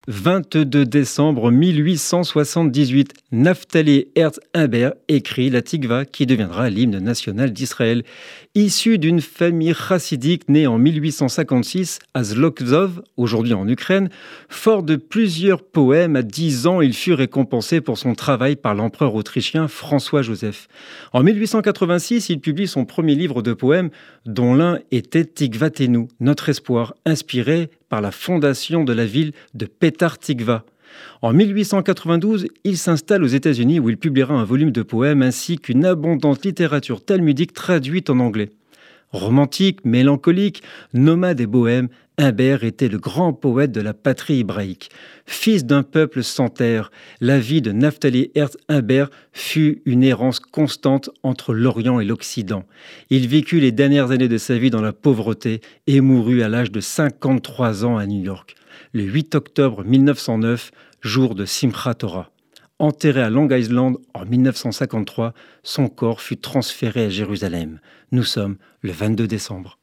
22 décembre 1878, Naphtali Herz Imber écrit la Tikva qui deviendra l'hymne national d'Israël. Issu d'une famille chassidique née en 1856 à Zlotków, aujourd'hui en Ukraine, fort de plusieurs poèmes, à 10 ans, il fut récompensé pour son travail par l'empereur autrichien François-Joseph. En 1886, il publie son premier livre de poèmes, dont l'un était Tikvatenu, notre espoir, inspiré par la fondation de la ville de Petah Tikva. En 1892, il s'installe aux États-Unis où il publiera un volume de poèmes ainsi qu'une abondante littérature talmudique traduite en anglais. Romantique, mélancolique, nomade et bohème, Imber était le grand poète de la patrie hébraïque. Fils d'un peuple sans terre, la vie de Naphtali Herz Imber fut une errance constante entre l'Orient et l'Occident. Il vécut les dernières années de sa vie dans la pauvreté et mourut à l'âge de 53 ans à New York, le 8 octobre 1909, jour de Simchat Torah. Enterré à Long Island en 1953, son corps fut transféré à Jérusalem. Nous sommes le 22 décembre.